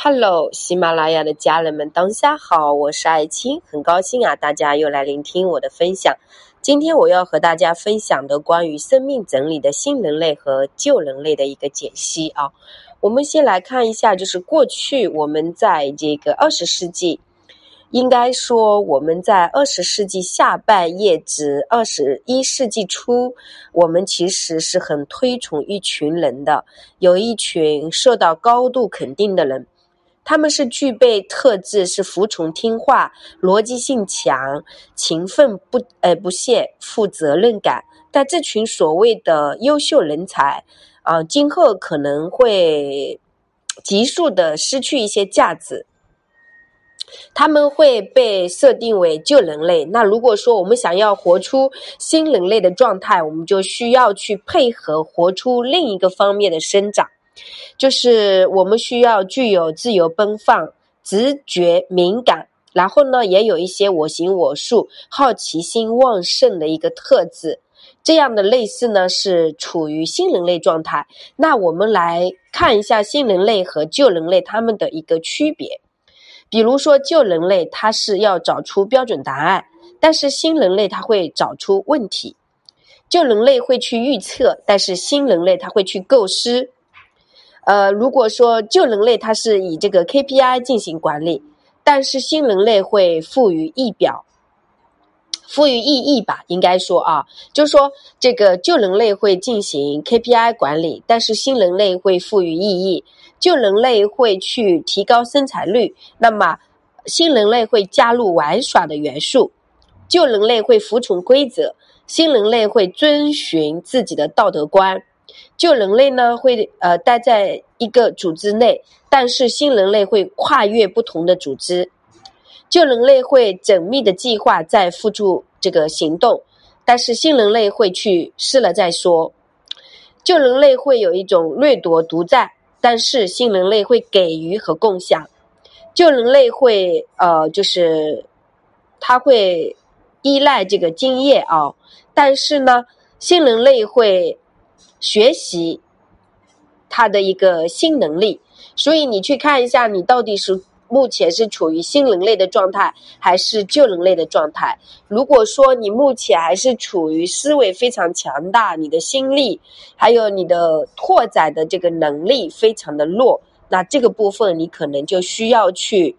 Hello， 喜马拉雅的家人们，当下好，我是爱青，很高兴大家又来聆听我的分享。今天我要和大家分享的关于生命整理的新人类和旧人类的一个解析我们先来看一下，就是过去我们在这个20世纪，应该说我们在20世纪下半叶至21世纪初，我们其实是很推崇一群人的，有一群受到高度肯定的人，他们是具备特质，是服从听话，逻辑性强，勤奋不懈，负责任感。但这群所谓的优秀人才今后可能会急速的失去一些价值，他们会被设定为旧人类。那如果说我们想要活出新人类的状态，我们就需要去配合活出另一个方面的生长，就是我们需要具有自由奔放、直觉敏感，然后呢也有一些我行我素、好奇心旺盛的一个特质。这样的类似呢是处于新人类状态。那我们来看一下新人类和旧人类他们的一个区别。比如说旧人类他是要找出标准答案，但是新人类他会找出问题。旧人类会去预测，但是新人类他会去构思。如果说旧人类它是以这个 KPI 进行管理，但是新人类会赋予意义吧，应该说就是说这个旧人类会进行 KPI 管理，但是新人类会赋予意义。旧人类会去提高生产率，那么新人类会加入玩耍的元素。旧人类会服从规则，新人类会遵循自己的道德观。旧人类呢会待在一个组织内，但是新人类会跨越不同的组织。旧人类会缜密的计划再付诸这个行动，但是新人类会去试了再说。旧人类会有一种掠夺独占，但是新人类会给予和共享。旧人类会就是他会依赖这个经验但是呢新人类会学习他的一个新能力。所以你去看一下，你到底是目前是处于新人类的状态还是旧人类的状态。如果说你目前还是处于思维非常强大，你的心力还有你的拓展的这个能力非常的弱，那这个部分你可能就需要去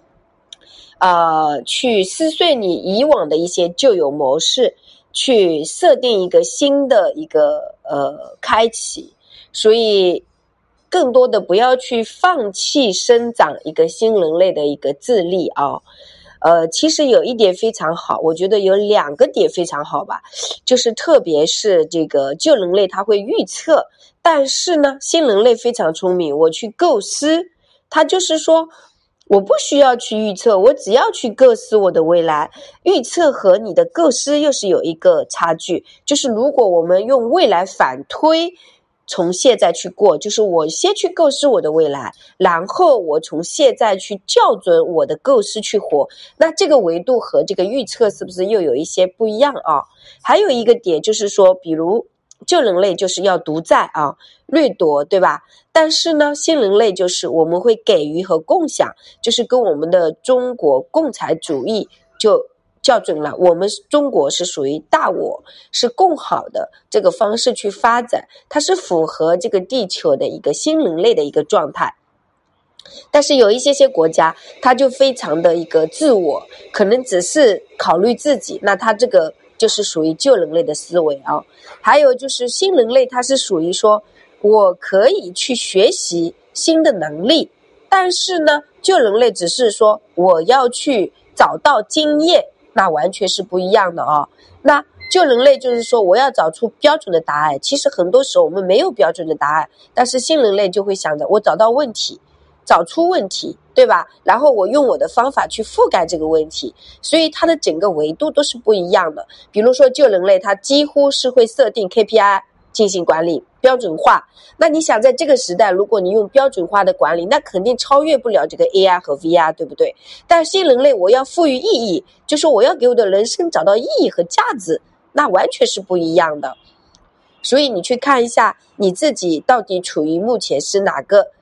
撕碎你以往的一些旧有模式，去设定一个新的一个开启。所以更多的不要去放弃生长一个新人类的一个智力其实有一点非常好，我觉得有2个点非常好吧，就是特别是这个旧人类他会预测，但是呢新人类非常聪明，我去构思，他就是说我不需要去预测，我只要去构思我的未来。预测和你的构思又是有一个差距，就是如果我们用未来反推从现在去过，就是我先去构思我的未来，然后我从现在去校准我的构思去活，那这个维度和这个预测是不是又有一些不一样还有一个点就是说，比如旧人类就是要独占掠夺，对吧？但是呢新人类就是我们会给予和共享，就是跟我们的中国共产主义就校准了，我们中国是属于大我，是共好的这个方式去发展，它是符合这个地球的一个新人类的一个状态。但是有一些国家它就非常的一个自我，可能只是考虑自己，那它这个就是属于旧人类的思维还有就是新人类，它是属于说我可以去学习新的能力，但是呢旧人类只是说我要去找到经验，那完全是不一样的那旧人类就是说我要找出标准的答案，其实很多时候我们没有标准的答案，但是新人类就会想着我找到问题，找出问题，对吧？然后我用我的方法去覆盖这个问题，所以它的整个维度都是不一样的。比如说旧人类它几乎是会设定 KPI 进行管理，标准化。那你想在这个时代，如果你用标准化的管理，那肯定超越不了这个 AI 和 VR， 对不对？但新人类我要赋予意义，就是我要给我的人生找到意义和价值，那完全是不一样的。所以你去看一下你自己到底处于目前是哪个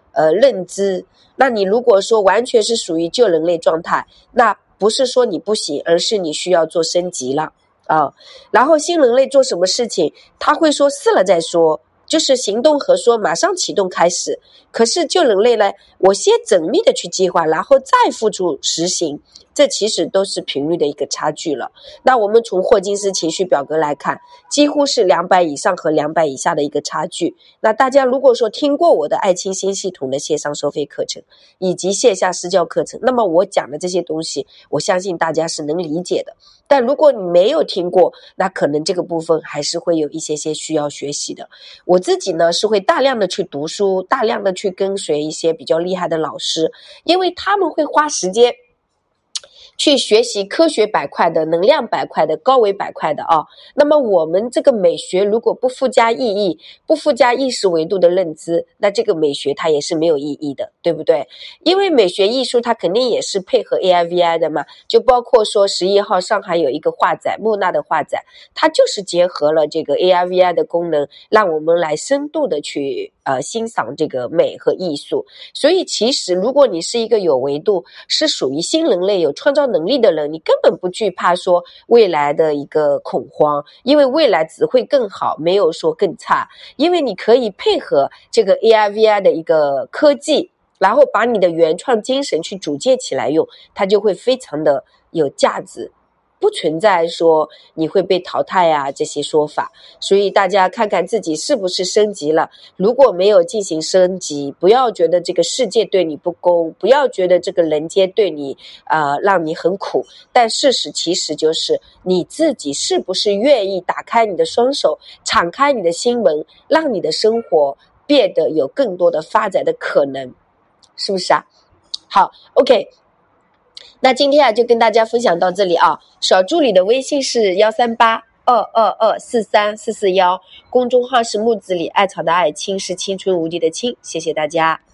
认知。那你如果说完全是属于旧人类状态，那不是说你不行，而是你需要做升级了啊。然后新人类做什么事情，他会说试了再说，就是行动和说马上启动开始。可是旧人类呢，我先缜密的去计划，然后再付诸实行，这其实都是频率的一个差距了。那我们从霍金斯情绪表格来看，几乎是200以上和200以下的一个差距。那大家如果说听过我的爱清新系统的线上收费课程以及线下私教课程，那么我讲的这些东西，我相信大家是能理解的。但如果你没有听过，那可能这个部分还是会有一些需要学习的。我自己呢是会大量的去读书，大量的去跟随一些比较厉害的老师，因为他们会花时间去学习科学板块的、能量板块的、高维板块的啊。那么我们这个美学如果不附加意义，不附加意识维度的认知，那这个美学它也是没有意义的，对不对？因为美学艺术它肯定也是配合 AIVI 的嘛，就包括说11号上海有一个画展，莫娜的画展，它就是结合了这个 AIVI 的功能，让我们来深度的去欣赏这个美和艺术。所以其实如果你是一个有维度，是属于新人类有创造能力的人，你根本不惧怕说未来的一个恐慌，因为未来只会更好，没有说更差。因为你可以配合这个 AIVI 的一个科技，然后把你的原创精神去组建起来用，它就会非常的有价值，不存在说你会被淘汰啊这些说法。所以大家看看自己是不是升级了，如果没有进行升级，不要觉得这个世界对你不公，不要觉得这个人间对你让你很苦，但事实其实就是你自己是不是愿意打开你的双手，敞开你的心门，让你的生活变得有更多的发展的可能，是不是啊？好 OK，那今天就跟大家分享到这里啊。小助理的微信是13822243441，公众号是木子李，艾草的艾，青是青春无敌的青。谢谢大家。